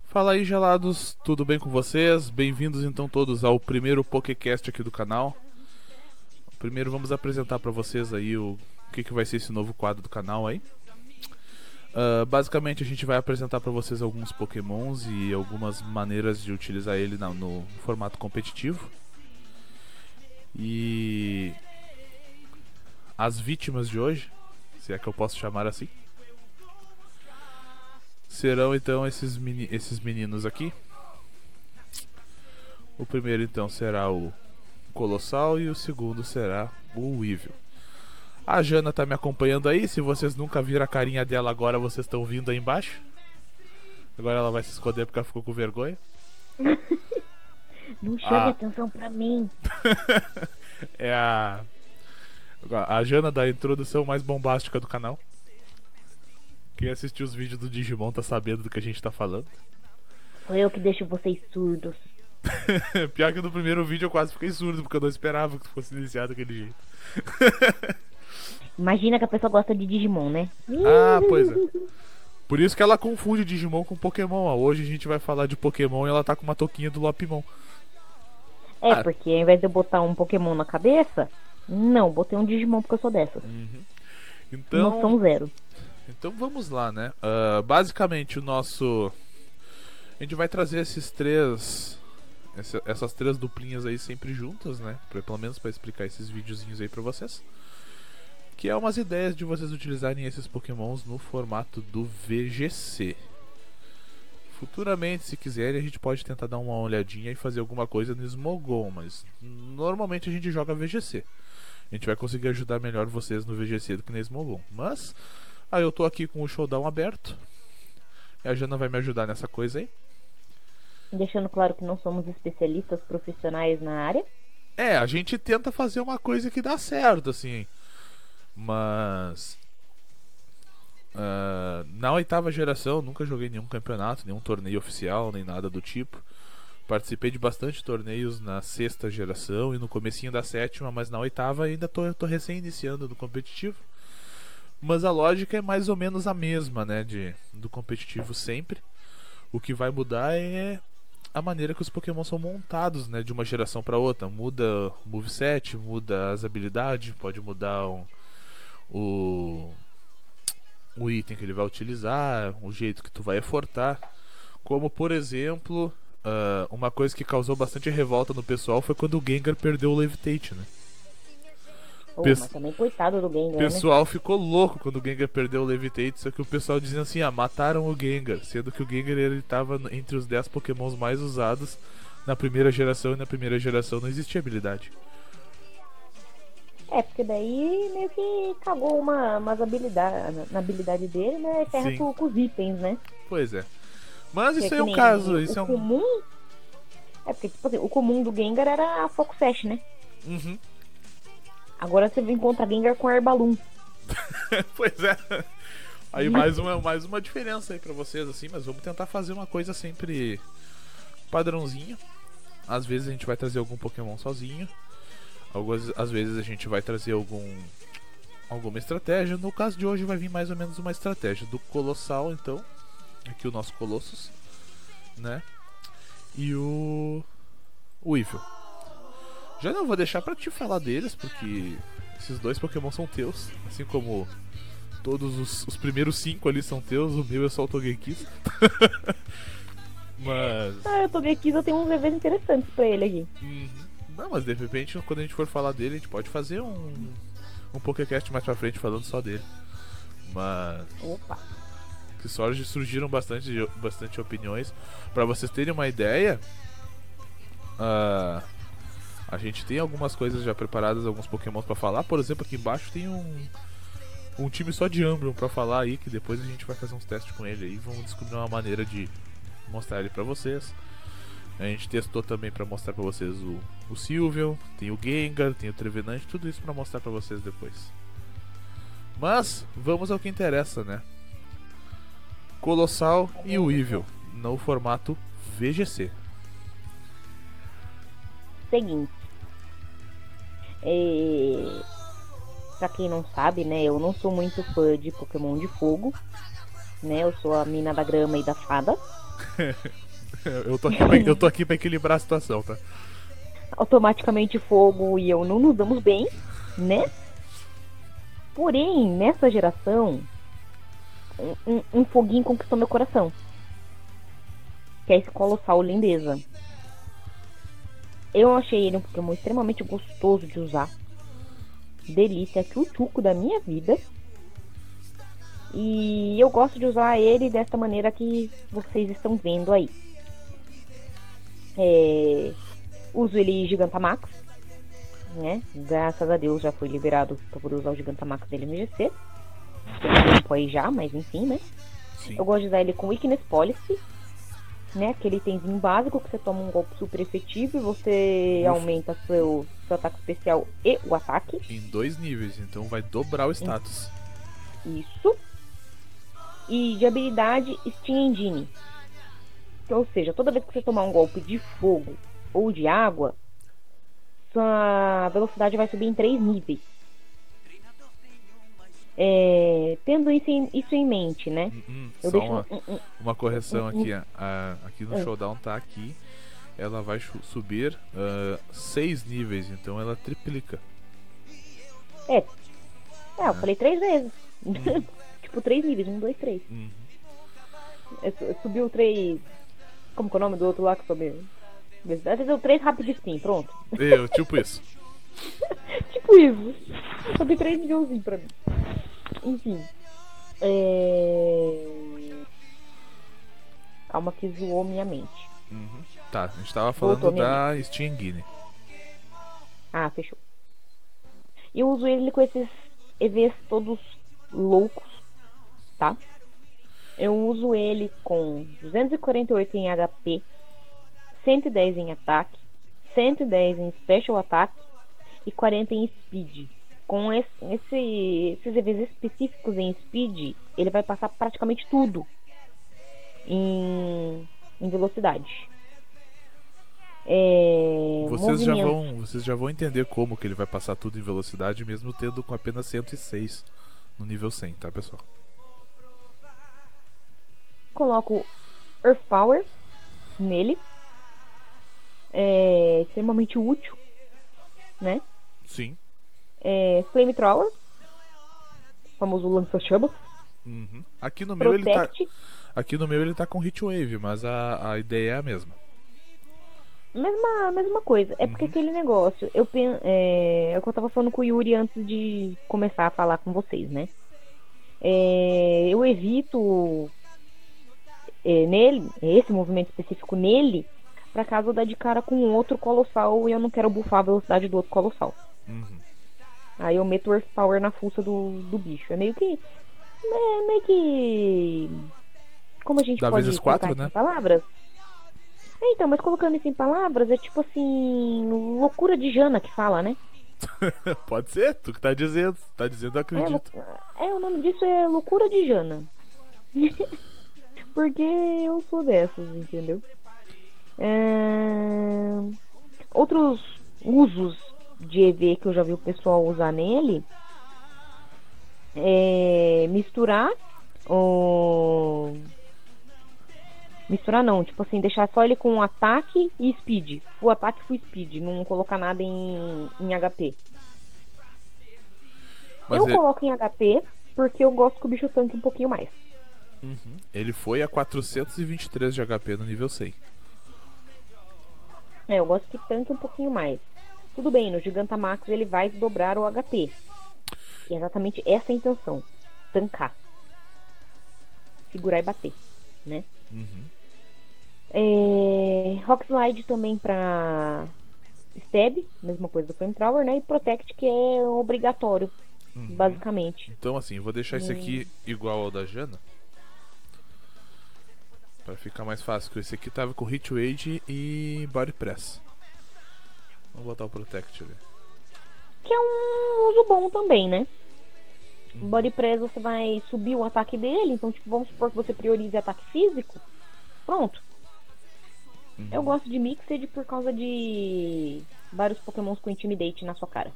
Fala aí, gelados, tudo bem com vocês? Bem-vindos então todos ao primeiro PokéCast aqui do canal. Primeiro vamos apresentar pra vocês aí o que vai ser esse novo quadro do canal aí. Basicamente a gente vai apresentar pra vocês alguns Pokémons e algumas maneiras de utilizar ele no formato competitivo. E as vítimas de hoje, se é que eu posso chamar assim, serão então esses meninos aqui. O primeiro então será o Colossal e o segundo será o Weavile. A Jana tá me acompanhando aí. Se vocês nunca viram a carinha dela agora, vocês estão vindo aí embaixo. Agora ela vai se esconder porque ela ficou com vergonha. Não chame atenção pra mim. É a Jana da introdução mais bombástica do canal. Quem assistiu os vídeos do Digimon tá sabendo do que a gente tá falando. Sou eu que deixo vocês surdos. Pior que no primeiro vídeo eu quase fiquei surdo, porque eu não esperava que fosse iniciado daquele jeito. Imagina que a pessoa gosta de Digimon, né? Ah, pois é. Por isso que ela confunde Digimon com Pokémon. Hoje a gente vai falar de Pokémon e ela tá com uma touquinha do Lopimon. Porque ao invés de eu botar um Pokémon na cabeça, não, botei um Digimon porque eu sou dessas. Então, Noção zero. Então vamos lá, né? Basicamente o nosso... A gente vai trazer essas três duplinhas aí sempre juntas, né? Pelo menos para explicar esses videozinhos aí pra vocês. Que é umas ideias de vocês utilizarem esses Pokémons no formato do VGC. Futuramente, se quiserem, a gente pode tentar dar uma olhadinha e fazer alguma coisa no Smogon, mas normalmente a gente joga VGC. A gente vai conseguir ajudar melhor vocês no VGC do que no Smogon. Mas, eu tô aqui com o showdown aberto. E a Jana vai me ajudar nessa coisa aí. Deixando claro que não somos especialistas profissionais na área. A gente tenta fazer uma coisa que dá certo, assim. Mas... na oitava geração nunca joguei nenhum campeonato, nenhum torneio oficial, nem nada do tipo. Participei de bastante torneios na sexta geração e no comecinho da sétima, mas na oitava ainda tô recém iniciando no competitivo. Mas a lógica é mais ou menos a mesma, né, do competitivo sempre. O que vai mudar é a maneira que os Pokémon são montados, né, de uma geração para outra. Muda o moveset, muda as habilidades, pode mudar o item que ele vai utilizar, o jeito que tu vai efortar. Como, por exemplo, uma coisa que causou bastante revolta no pessoal foi quando o Gengar perdeu o Levitate, né? Mas também coitado do Gengar, O pessoal ficou louco quando o Gengar perdeu o Levitate, só que o pessoal dizia assim, mataram o Gengar, sendo que o Gengar ele tava entre os 10 Pokémons mais usados na primeira geração, e na primeira geração não existia habilidade. Porque daí meio que cagou umas habilidades na habilidade dele, né? Ferra com os itens, né? Pois é. Mas isso é um caso, o comum... porque, tipo assim, o comum do Gengar era a Foco Sash, né? Uhum. Agora você encontra Gengar com Airballoon. Pois é. Aí mais uma diferença aí pra vocês, assim, mas vamos tentar fazer uma coisa sempre padrãozinha. Às vezes a gente vai trazer algum Pokémon sozinho. Às vezes a gente vai trazer alguma estratégia. No caso de hoje vai vir mais ou menos uma estratégia do Colossal, então. Aqui o nosso Colossus, né? E o Weavile. Já não vou deixar pra te falar deles, porque esses dois Pokémon são teus. Assim como todos os primeiros 5 ali são teus. O meu é só o Togekiss. Mas... o Togekiss eu tenho uns eventos interessantes pra ele aqui. Não, mas de repente quando a gente for falar dele, a gente pode fazer um PokéCast mais pra frente falando só dele. Mas... Opa! Que só surgiram bastante opiniões. Pra vocês terem uma ideia, a gente tem algumas coisas já preparadas, alguns Pokémon pra falar. Por exemplo, aqui embaixo tem um time só de Umbreon pra falar aí, que depois a gente vai fazer uns testes com ele aí. Vamos descobrir uma maneira de mostrar ele pra vocês. A gente testou também pra mostrar pra vocês o Sylveon, tem o Gengar, tem o Trevenant, tudo isso pra mostrar pra vocês depois. Mas vamos ao que interessa, né? Colossal e o Weavile no formato VGC. Seguinte, pra quem não sabe, né, eu não sou muito fã de Pokémon de fogo, né, eu sou a mina da grama e da fada. Eu tô aqui pra equilibrar a situação, tá? Automaticamente fogo e eu não nos damos bem, né? Porém, nessa geração, um foguinho conquistou meu coração. Que é esse colossal lindeza. Eu achei ele um Pokémon extremamente gostoso de usar. Delícia, tchutchuco da minha vida. E eu gosto de usar ele dessa maneira que vocês estão vendo aí. Uso ele Gigantamax, né? Graças a Deus já foi liberado para poder usar o Gigantamax dele no GC. Tem tempo aí já, mas enfim, né? Sim. Eu gosto de usar ele com Weakness Policy, né? Aquele itemzinho básico que você toma um golpe super efetivo e você aumenta seu ataque especial e o ataque. Em 2 níveis, então vai dobrar o status. Isso. E de habilidade Steam Engine. Ou seja, toda vez que você tomar um golpe de fogo ou de água, sua velocidade vai subir em 3 níveis. Tendo isso em mente, né? Eu deixo uma correção aqui. Aqui no Showdown tá aqui. Ela vai subir 6 níveis, então ela triplica. Eu falei 3 vezes. Tipo, 3 níveis, 1, 2, 3. Subiu 3. Como que é o nome do outro lá que subiu? Deu 3 rápido spin, pronto. Tipo isso. Tipo isso. Subi 3 milhãozinhos pra mim. Enfim. Calma que zoou minha mente. Tá, a gente tava falando da Steam Engine. Ah, fechou. Eu uso ele com esses EVs todos loucos, tá? Eu uso ele com 248 em HP, 110 em ataque, 110 em Special Attack e 40 em Speed. Com esses EVs específicos em Speed, ele vai passar praticamente tudo em velocidade. Vocês já vão entender como que ele vai passar tudo em velocidade, mesmo tendo com apenas 106 no nível 100, tá, pessoal? Coloco Earth Power nele. É extremamente útil, né? Sim. Flamethrower, famoso lança-chamas. Aqui no meu ele tá com Heatwave, mas a ideia é a mesma. Mesma coisa. É porque aquele negócio, é o que eu tava falando com o Yuri antes de começar a falar com vocês, né? Eu evito esse movimento específico nele, pra caso eu dar de cara com outro colossal e eu não quero bufar a velocidade do outro colossal. Aí eu meto o Earth Power na fuça do bicho. É meio que. Como a gente da pode vezes colocar 4, isso né? em palavras? Então, mas colocando isso em palavras, é tipo assim. Loucura de Jana que fala, né? Pode ser, tu que tá dizendo. Tá dizendo, eu acredito. O nome disso é loucura de Jana. Porque eu sou dessas, entendeu? Outros usos de EV que eu já vi o pessoal usar nele é misturar não, tipo assim, deixar só ele com ataque e speed. O ataque full speed, não colocar nada em HP. Mas coloco em HP porque eu gosto que o bicho tanque um pouquinho mais. Ele foi a 423 de HP no nível 100. Eu gosto que tanque um pouquinho mais. Tudo bem, no Gigantamax ele vai dobrar o HP. E é exatamente essa a intenção. Tancar. Segurar e bater, né? Rock Slide também pra Stab, mesma coisa do Flamethrower, né? E Protect, que é obrigatório, basicamente. Então assim, eu vou deixar esse aqui igual ao da Jana, pra ficar mais fácil. Esse aqui tava com Hit Rage e Body Press. Vamos botar o Protect ali. Que é um uso bom também, né? Body Press você vai subir o ataque dele. Então, tipo, vamos supor que você priorize ataque físico. Pronto. Eu gosto de Mixed por causa de vários pokémons com Intimidate na sua cara.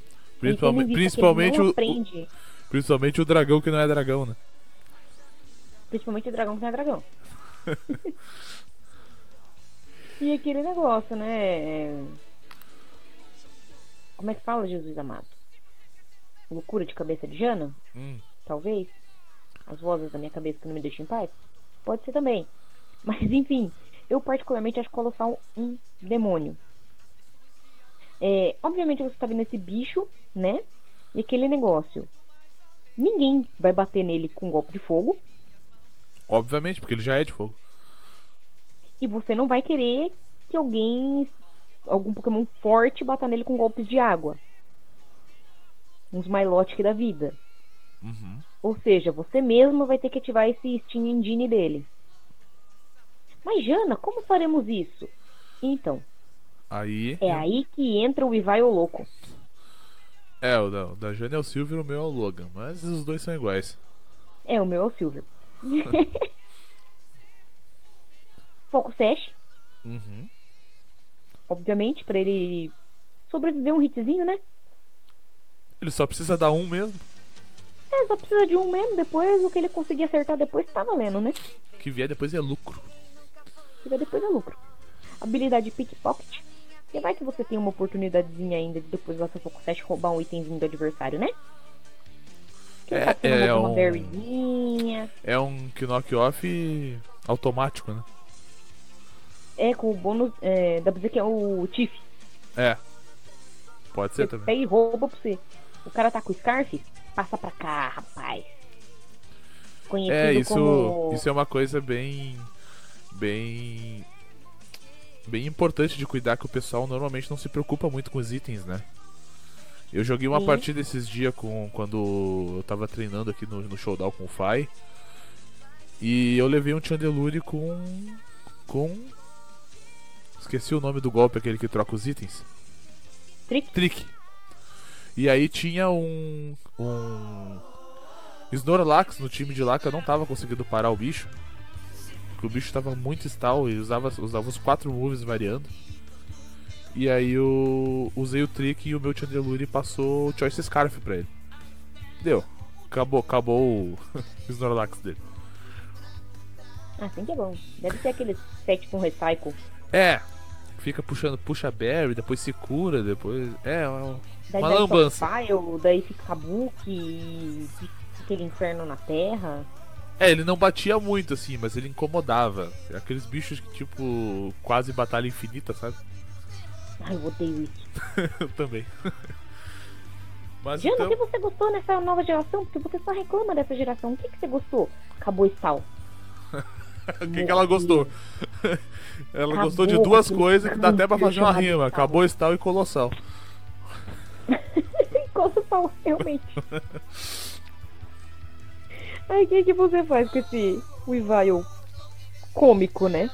Principalmente o dragão que não é dragão, né? Principalmente dragão que não é dragão. E aquele negócio, né? Como é que fala, Jesus amado? Loucura de cabeça de Jana? Talvez. As vozes da minha cabeça que não me deixam em paz? Pode ser também. Mas enfim, eu particularmente acho Colossal um demônio. Obviamente você tá vendo esse bicho, né? E aquele negócio. Ninguém vai bater nele com golpe de fogo. Obviamente, porque ele já é de fogo. E você não vai querer que algum Pokémon forte, bata nele com golpes de água. Uns Milotic da vida. Ou seja, você mesmo vai ter que ativar esse Steam Engine dele. Mas Jana, como faremos isso? Então, Aí. aí que entra o Ivaio louco. O da Jana é o Silver e o meu é o Logan. Mas os dois são iguais. O meu é o Silver. Foco Sash. Obviamente, pra ele sobreviver um hitzinho, né? Ele só precisa dar um mesmo. Só precisa de um mesmo. Depois, o que ele conseguir acertar depois tá valendo, né? O que vier depois é lucro. O que vier depois é lucro. Habilidade Pickpocket. E vai que você tem uma oportunidadezinha ainda de depois lá seu Foco Sash roubar um itemzinho do adversário, né? Uma berryzinha. É um knock-off automático, né? Com o bônus. Dá pra dizer que é o Tiff. Pode ser você também. Pega e rouba pra você. O cara tá com o Scarf? Passa pra cá, rapaz. Conhecido como... Isso é uma coisa bem importante de cuidar, que o pessoal normalmente não se preocupa muito com os itens, né? Eu joguei uma partida esses dias quando eu tava treinando aqui no Showdown com o Fai. E eu levei um Chandelure com... Esqueci o nome do golpe, aquele que troca os itens. Trick. E aí tinha um Snorlax no time de lá que eu não tava conseguindo parar o bicho. Porque o bicho tava muito stall e usava os 4 moves variando. E aí eu usei o Trick e o meu Chandelure passou o Choice Scarf pra ele. Deu. Acabou o Snorlax dele. Assim que é bom. Deve ser aquele set com recycle. Fica puxa berry, depois se cura, depois... Daí uma lambança. Daí fica Kabuki e aquele inferno na terra. Ele não batia muito assim, mas ele incomodava. Aqueles bichos que tipo, quase batalha infinita, sabe? Ai, eu odeio isso. Eu também. Mas Jana, então... o que você gostou nessa nova geração? Porque você só reclama dessa geração. O que você gostou? Acabou Stal. O que ela gostou? Ela gostou de duas coisas que dá até pra fazer uma rima. Acabou Stal e Colossal. Colossal, realmente. Aí o que você faz com esse Weavile cômico, né?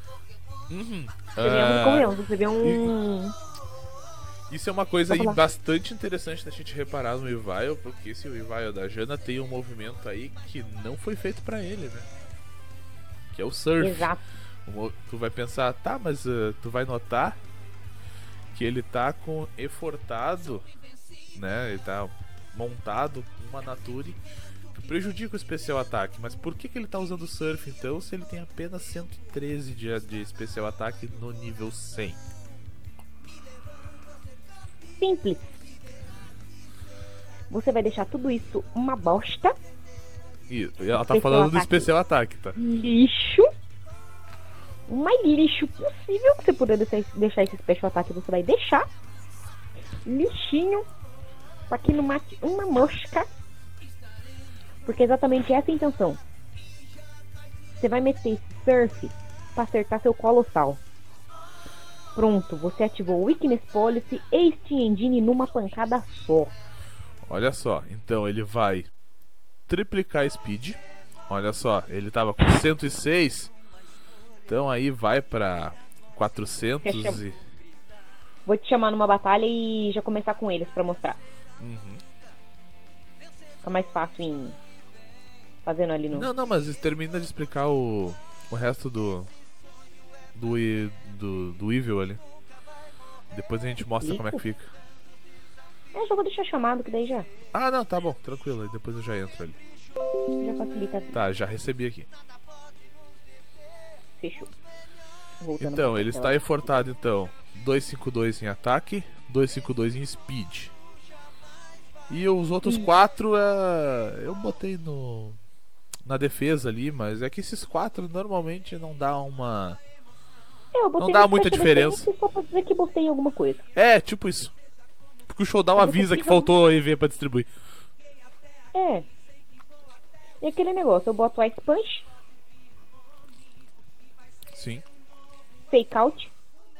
Você vê um... Isso é uma coisa aí bastante interessante da gente reparar no Weavile, porque esse Weavile da Jana tem um movimento aí que não foi feito pra ele, né? Que é o Surf. Exato. Tu vai pensar, tá, mas tu vai notar que ele tá com efortado, né? Ele tá montado com uma Nature que prejudica o especial ataque. Mas por que ele tá usando o Surf então, se ele tem apenas 113 de especial ataque no nível 100? Simples. Você vai deixar tudo isso uma bosta. E ela tá falando do especial ataque, tá? Lixo. O mais lixo possível que você puder deixar esse special ataque, você vai deixar. Lixinho. Pra que não mate uma mosca. Porque é exatamente essa a intenção. Você vai meter esse Surf pra acertar seu Colossal. Pronto, você ativou o Weakness Policy e Steam Engine numa pancada só. Olha só, então ele vai triplicar Speed. Olha só, ele tava com 106. Então aí vai pra 400 e... Vou te chamar numa batalha e já começar com eles pra mostrar. Fica mais fácil em... Fazendo ali no... Não, mas termina de explicar o resto do Evil ali. Depois a gente mostra como é que fica. Já vou deixar chamado, que daí já... Ah, não, tá bom, tranquilo, aí depois eu já entro ali. Já facilita a vida. Tá, já recebi aqui. Fechou. Voltando Então, pra ele tela. está enfortado, então, 252 em ataque, 252 em speed. E os outros 4 eu botei na defesa ali, mas é que esses 4 normalmente não dá uma... Eu botei Não dá no muita Special diferença. Defense só pra dizer que botei alguma coisa. É, tipo isso. Porque o Showdown Mas eu avisa que consigo- faltou EV pra distribuir. É. E aquele negócio, eu boto Ice Punch, Sim. Fake Out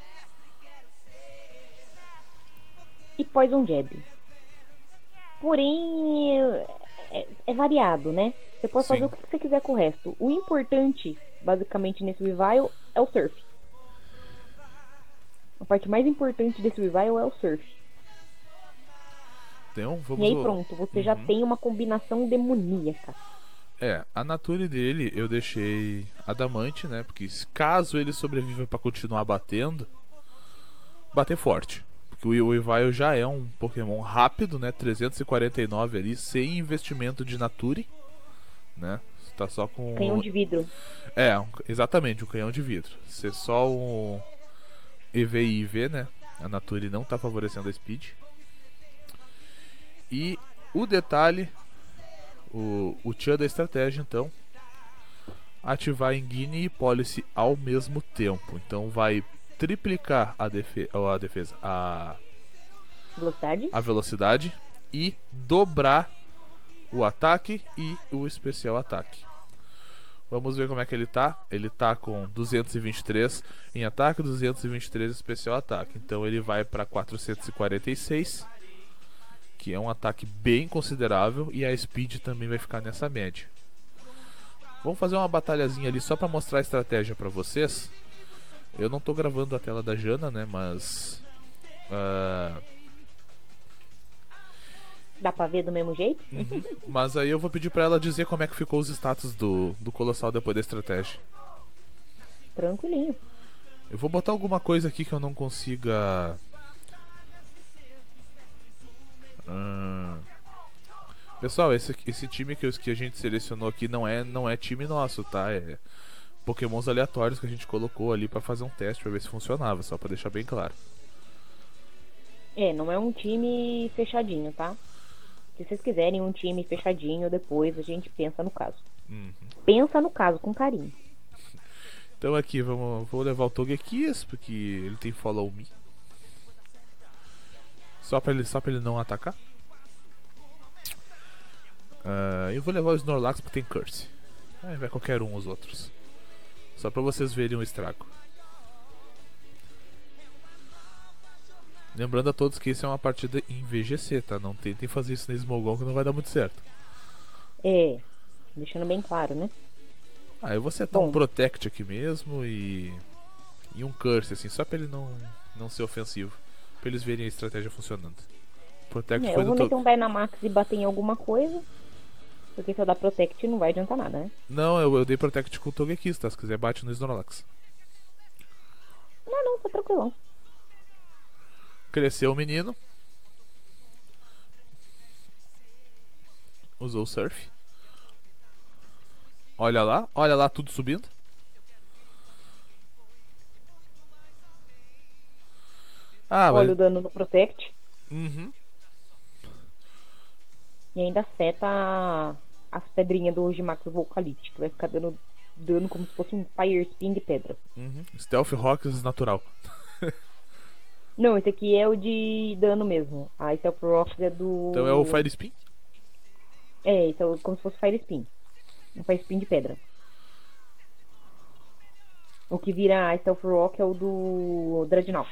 e Poison Jab. Porém, é variado, né? Você pode Sim. fazer o que você quiser com o resto. O importante, basicamente, nesse revival é o surf. A parte mais importante desse revival é o surf. Então, E aí pronto, você já tem uma combinação demoníaca. A Nature dele eu deixei Adamante, né? Porque caso ele sobreviva pra continuar batendo, bater forte. Porque o Weavile já é um Pokémon rápido, né? 349 ali, sem investimento de Nature, né? Tá só com... Canhão de vidro. Exatamente, um canhão de vidro. Ser só um EV e IV, né? A Nature não tá favorecendo a Speed. E o detalhe, o tchan da estratégia, então, ativar Engine e Policy ao mesmo tempo. Então vai triplicar a defesa, Velocidade. a velocidade e dobrar o ataque e o especial ataque. Vamos ver como é que ele tá. Ele tá com 223 em ataque, 223 em especial ataque. Então ele vai para 446, que é um ataque bem considerável, e a speed também vai ficar nessa média. Vamos fazer uma batalhazinha ali só para mostrar a estratégia para vocês. Eu não tô gravando a tela da Jana, né, mas Dá pra ver do mesmo jeito? mas aí eu vou pedir para ela dizer como é que ficou os status do Colossal depois da estratégia. Tranquilinho. Eu vou botar alguma coisa aqui que eu não consiga... Pessoal, esse time que a gente selecionou aqui não é time nosso, tá? É Pokémons aleatórios que a gente colocou ali pra fazer um teste pra ver se funcionava, só pra deixar bem claro. Não é um time fechadinho, tá? Se vocês quiserem um time fechadinho, depois a gente pensa no caso. Pensa no caso com carinho. Então aqui, vou levar o Togekiss, porque ele tem Follow Me. Só pra ele não atacar. Eu vou levar o Snorlax porque tem Curse. Aí vai qualquer um os outros. Só pra vocês verem o estrago. Lembrando a todos que isso é uma partida em VGC, tá? Não tentem fazer isso na Smogon que não vai dar muito certo. Deixando bem claro, né? Eu vou setar um Protect aqui mesmo e um Curse, assim, só pra ele não ser ofensivo. Pra eles verem a estratégia funcionando. Protect foi Eu vou no meter um Dynamax e bater em alguma coisa. Porque se eu dar Protect não vai adiantar nada, né? Não, eu dei Protect com o Togekiss, tá? Se quiser bate no Snorlax. Não, tá tranquilão. Cresceu o menino. Usou o Surf. Olha lá, tudo subindo. Olha o dano no Protect. E ainda seta as pedrinhas do Ogimax Volcalite, que vai ficar dando dano como se fosse um Fire Spin de pedra. Stealth Rocks natural. Não, esse aqui é o de dano mesmo. A Stealth Rocks é do... Então é o Fire Spin? Esse é como se fosse Fire Spin. Um Fire Spin de pedra. O que vira a Stealth Rock é o do Dreadnought.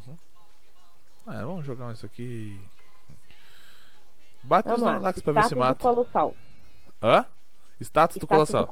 Vamos jogar isso aqui. Bate os Vamos lá. Snorlax pra ver se mata. Colossal. Status do Colossal.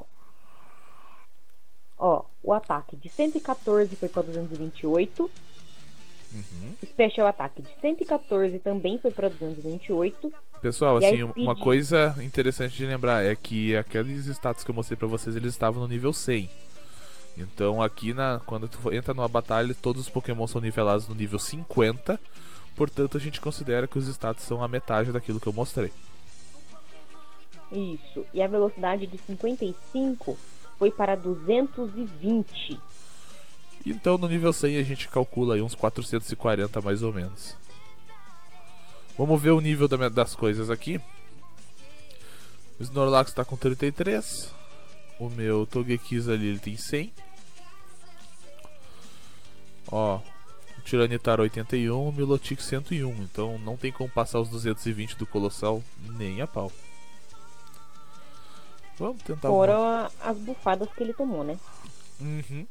O ataque de 114 foi pra 228. Special ataque de 114 também foi pra 228. Pessoal, assim, uma coisa interessante de lembrar é que aqueles status que eu mostrei pra vocês, eles estavam no nível 100. Então aqui, quando tu entra numa batalha, todos os Pokémon são nivelados no nível 50. Portanto, a gente considera que os status são a metade daquilo que eu mostrei. Isso. E a velocidade de 55 foi para 220. Então no nível 100 a gente calcula aí uns 440 mais ou menos. Vamos ver o nível das coisas aqui. O Snorlax tá com 33. O meu Togekiss ali ele tem 100. Ó, o Tiranitar 81, o Milotic 101. Então não tem como passar os 220 do Colossal nem a pau. Vamos tentar. Fora as bufadas que ele tomou, né? Uhum.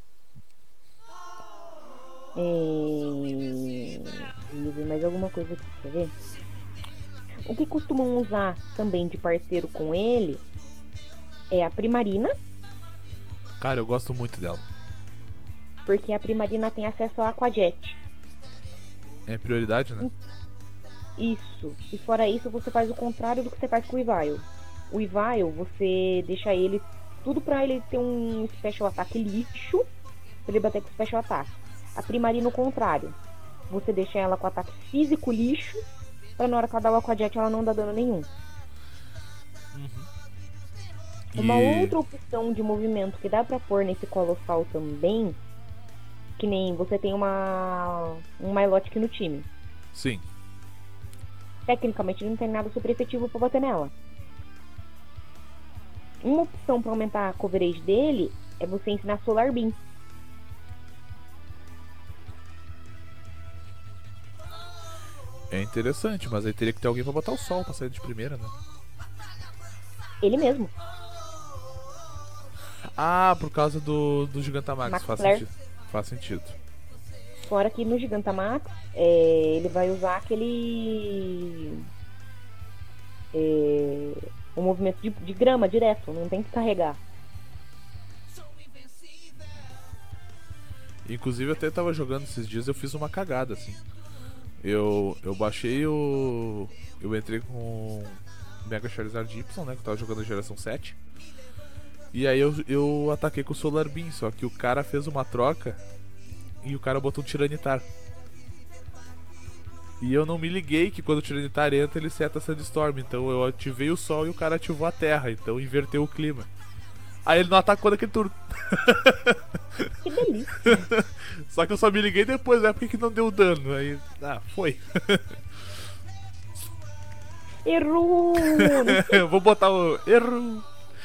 Deixa eu ver mais alguma coisa aqui, quer ver? O que costumam usar também de parceiro com ele é a Primarina, Cara, eu gosto muito dela. porque a Primarina tem acesso ao Aquajet. É prioridade, né? Isso. E fora isso, você faz o contrário do que você faz com o Ivaio. O Ivaio, você deixa ele tudo pra ele ter um Special Attack lixo, pra ele bater com o Special Attack. A Primarina, o contrário. Você deixa ela com ataque físico lixo, pra na hora que ela dá o Aquajet ela não dá dano nenhum. Uma outra opção de movimento que dá pra pôr nesse Colossal também, que nem você tem um Milotic no time. Sim. Tecnicamente ele não tem nada super efetivo pra bater nela. Uma opção pra aumentar a coverage dele é você ensinar Solar Beam. É interessante, mas aí teria que ter alguém pra botar o sol pra sair de primeira, né? Ele mesmo. Ah, por causa do Gigantamax. Max Faz Flare. sentido. Faz sentido. Fora que no Gigantamax, ele vai usar aquele... o movimento de grama direto, não tem que carregar. Inclusive, eu até tava jogando esses dias, eu fiz uma cagada, assim. Eu baixei o... Eu entrei com o Mega Charizard Y, né? Que eu tava jogando a geração 7. E aí eu ataquei com o Solar Beam, só que o cara fez uma troca e o cara botou um Tiranitar. E eu não me liguei que quando o Tiranitar entra ele seta Sandstorm. Então eu ativei o sol e o cara ativou a terra, então inverteu o clima. Aí ele não atacou naquele turno. Que delícia. Só que eu só me liguei depois, né? Porque que não deu dano. Aí, foi. Errou! Eu vou botar o erro.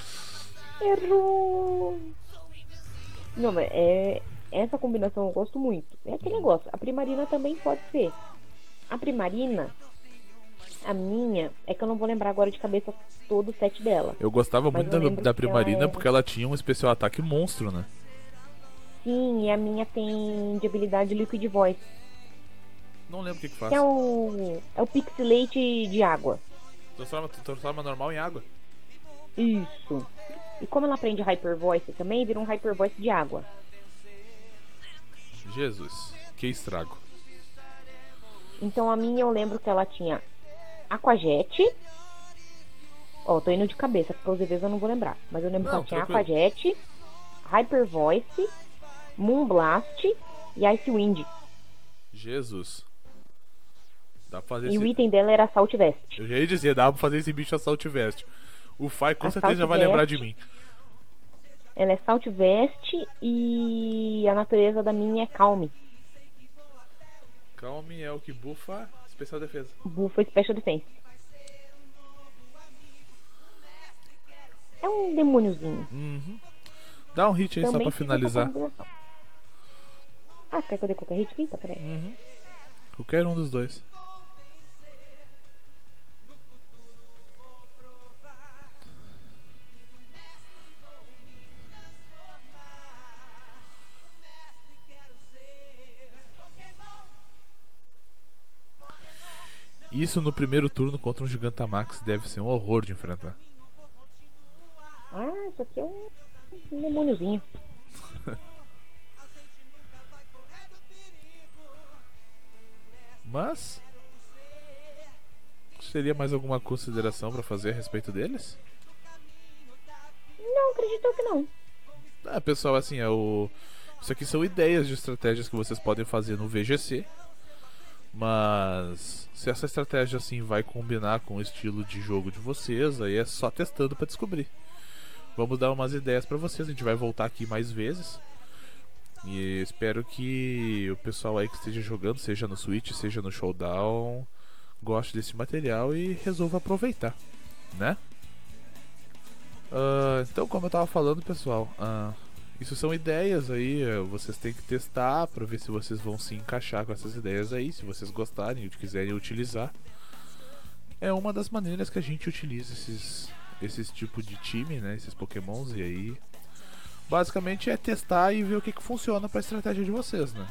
Errou! Não, mas essa combinação eu gosto muito. É aquele negócio. A Primarina também pode ser. A Primarina, a minha, é que eu não vou lembrar agora de cabeça todo o set dela. Eu gostava Mas muito eu lembro da que Primarina ela é- porque ela tinha um especial ataque monstro, né? Sim, e a minha tem de habilidade Liquid Voice. Não lembro o que faz. Que é o Pixelate de água. Transforma normal em água. Isso. E como ela aprende Hyper Voice também, vira um Hyper Voice de água. Jesus, que estrago. Então a minha eu lembro que ela tinha Aquajet. Ó, tô indo de cabeça, porque os EVs eu não vou lembrar. Mas eu lembro que Não, ela tinha tranquilo. Aquajet, Hyper Voice, Moonblast e Ice Wind. Jesus. Dá pra fazer E o esse... item dela era Assault Vest. Eu já ia dizer, dá pra fazer esse bicho Assault Vest. O Fai com Assault certeza já vai Vest. lembrar de mim. Ela é Assault Vest e a natureza da minha é Calm. Calme é o que bufa especial defesa. Bufa Special Defense. É um demôniozinho. Uhum. Dá um hit aí só Também pra fica finalizar. essa combinação. Ah, quer que eu dê qualquer hit aqui? Tá, peraí. Uhum. Qualquer um dos dois. Isso no primeiro turno contra um Gigantamax deve ser um horror de enfrentar. Ah, isso aqui é um demôniozinho. Mas seria mais alguma consideração pra fazer a respeito deles? Não, acredito que não. Pessoal, assim, isso aqui são ideias de estratégias que vocês podem fazer no VGC. Mas se essa estratégia assim vai combinar com o estilo de jogo de vocês, aí é só testando pra descobrir. Vamos dar umas ideias pra vocês, a gente vai voltar aqui mais vezes. E espero que o pessoal aí que esteja jogando, seja no Switch, seja no Showdown, goste desse material e resolva aproveitar, né? Então, como eu tava falando, pessoal, isso são ideias aí, vocês têm que testar pra ver se vocês vão se encaixar com essas ideias aí, se vocês gostarem e quiserem utilizar. É uma das maneiras que a gente utiliza esses tipos de time, né, esses pokémons, e aí basicamente é testar e ver o que funciona pra estratégia de vocês, né?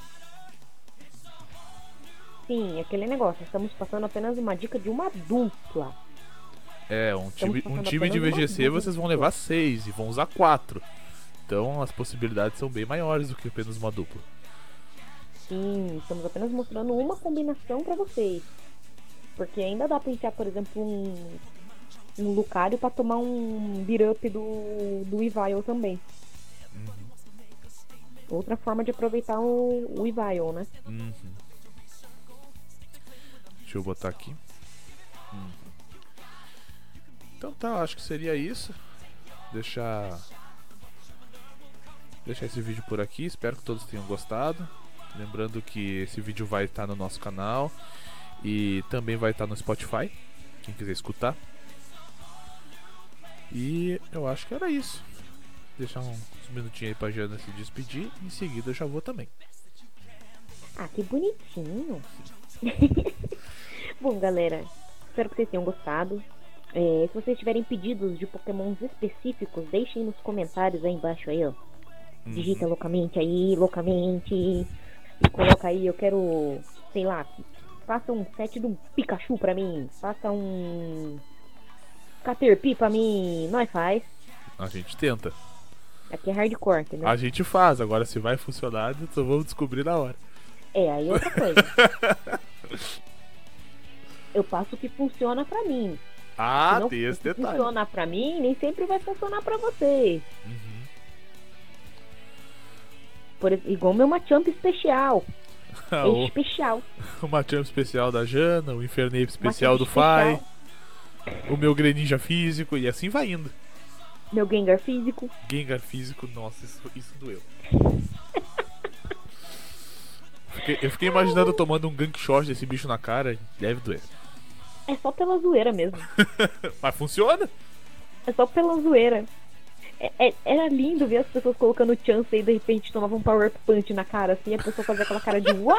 Sim, aquele negócio. Estamos passando apenas uma dica de uma dupla. Um time de VGC vocês vão levar 6 e vão usar 4. Então as possibilidades são bem maiores do que apenas uma dupla. Sim, estamos apenas mostrando uma combinação pra vocês. Porque ainda dá pra enfiar, por exemplo, um Lucario pra tomar um beat-up do Weavile também. Outra forma de aproveitar o Weavile, né? Deixa eu botar aqui. Então tá, acho que seria isso. Deixar esse vídeo por aqui. Espero que todos tenham gostado. Lembrando que esse vídeo vai estar no nosso canal e também vai estar no Spotify, quem quiser escutar. E eu acho que era isso. Deixar uns minutinhos aí pra Jana se despedir. Em seguida eu já vou também. Ah, que bonitinho. Bom, galera, espero que vocês tenham gostado. Se vocês tiverem pedidos de pokémons específicos, deixem nos comentários aí embaixo aí, ó. Digita loucamente aí, loucamente. E coloca aí, eu quero, sei lá, faça um set de um Pikachu pra mim. Faça um Caterpie pra mim. Nós faz. A gente tenta. Aqui é hardcore, entendeu? A gente faz, agora se vai funcionar, só vamos descobrir na hora. Aí outra coisa. Eu passo o que funciona pra mim. Tem esse detalhe. Se funcionar pra mim, nem sempre vai funcionar pra você. Igual meu Machamp especial. Especial. O Machamp especial da Jana, o Infernape especial do Fai, o meu Greninja físico, e assim vai indo. Meu Gengar físico. Gengar físico, nossa, isso doeu. Eu fiquei imaginando tomando um gank shot desse bicho na cara, deve doer. É só pela zoeira mesmo. Mas funciona? É só pela zoeira. Era lindo ver as pessoas colocando chance e de repente tomavam um power punch na cara, assim, a pessoa fazia aquela cara de uau!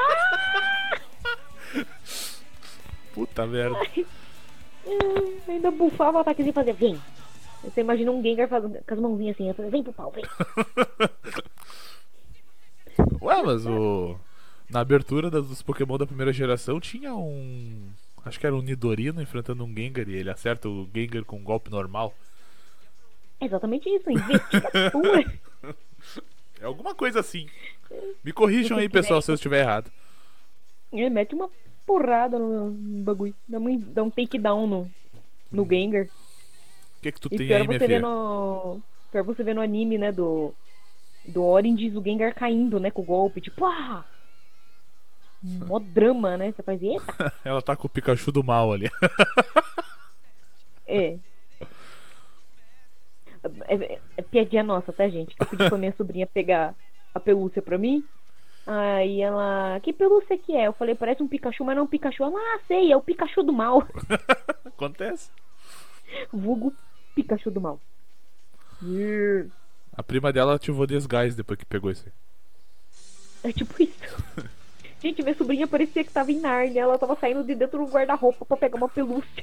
Puta merda. Ainda bufava o ataquezinho e fazia, vem. Você imagina um Gengar fazendo, com as mãozinhas assim, fazia, vem pro pau, vem. Ué, mas na abertura dos Pokémon da primeira geração tinha um... Acho que era um Nidorino enfrentando um Gengar e ele acerta o Gengar com um golpe normal. É exatamente isso, investigação. É alguma coisa assim. Me corrijam aí, pessoal, se eu estiver errado. Ele mete uma porrada no bagulho. Dá um takedown no Gengar. O que tu tem aí, minha filha? Pior você ver no anime, né, do Orange, o Gengar caindo, né, com o golpe. Tipo, mó drama, né? Você faz, eita. Ela tá com o Pikachu do mal ali. É piadinha nossa, tá, gente? Que eu pedi pra minha sobrinha pegar a pelúcia pra mim. Aí ela... Que pelúcia que é? Eu falei, parece um Pikachu, mas não é um Pikachu. Ela, sei, é o Pikachu do mal. Acontece. Vulgo Pikachu do mal. A prima dela ativou Disguise depois que pegou isso aí. É tipo isso. Gente, minha sobrinha parecia que tava em Nárnia. Ela tava saindo de dentro do guarda-roupa pra pegar uma pelúcia.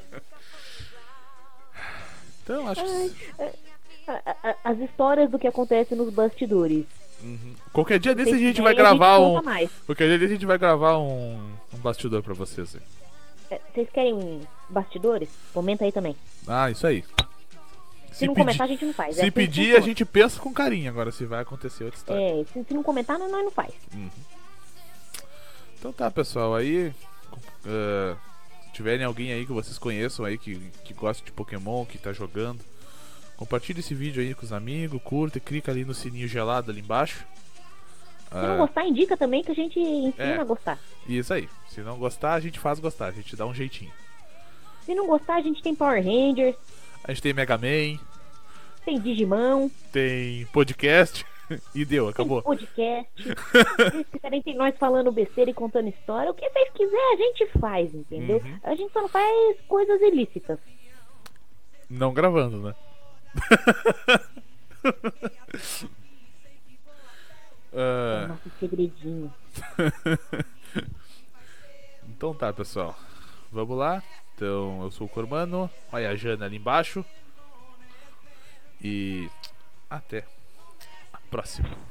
Então, acho que... As histórias do que acontece nos bastidores. Qualquer dia desse a gente vai gravar um... Qualquer dia desse a gente vai gravar um bastidor pra vocês. Vocês querem bastidores? Comenta aí também. Isso aí. Se não comentar, a gente não faz. Se pedir, a gente pensa com carinho. Agora, se vai acontecer outra história. Se não comentar, nós não faz. Então tá, pessoal. Aí... se tiverem alguém aí que vocês conheçam aí que gosta de Pokémon, que tá jogando, compartilhe esse vídeo aí com os amigos, curta e clica ali no sininho gelado ali embaixo. Se não gostar, indica também que a gente ensina a gostar. Isso aí. Se não gostar, a gente faz gostar. A gente dá um jeitinho. Se não gostar, a gente tem Power Rangers. A gente tem Mega Man. Tem Digimon. Tem podcast. E deu, acabou. Tem podcast. Se vocês quiserem, tem nós falando besteira e contando história. O que vocês quiserem, a gente faz, entendeu? Uhum. A gente só não faz coisas ilícitas. Não gravando, né? É o nosso segredinho. Então tá, pessoal. Vamos lá. Então, eu sou o Cormano. Olha a Jana ali embaixo. E até a próxima.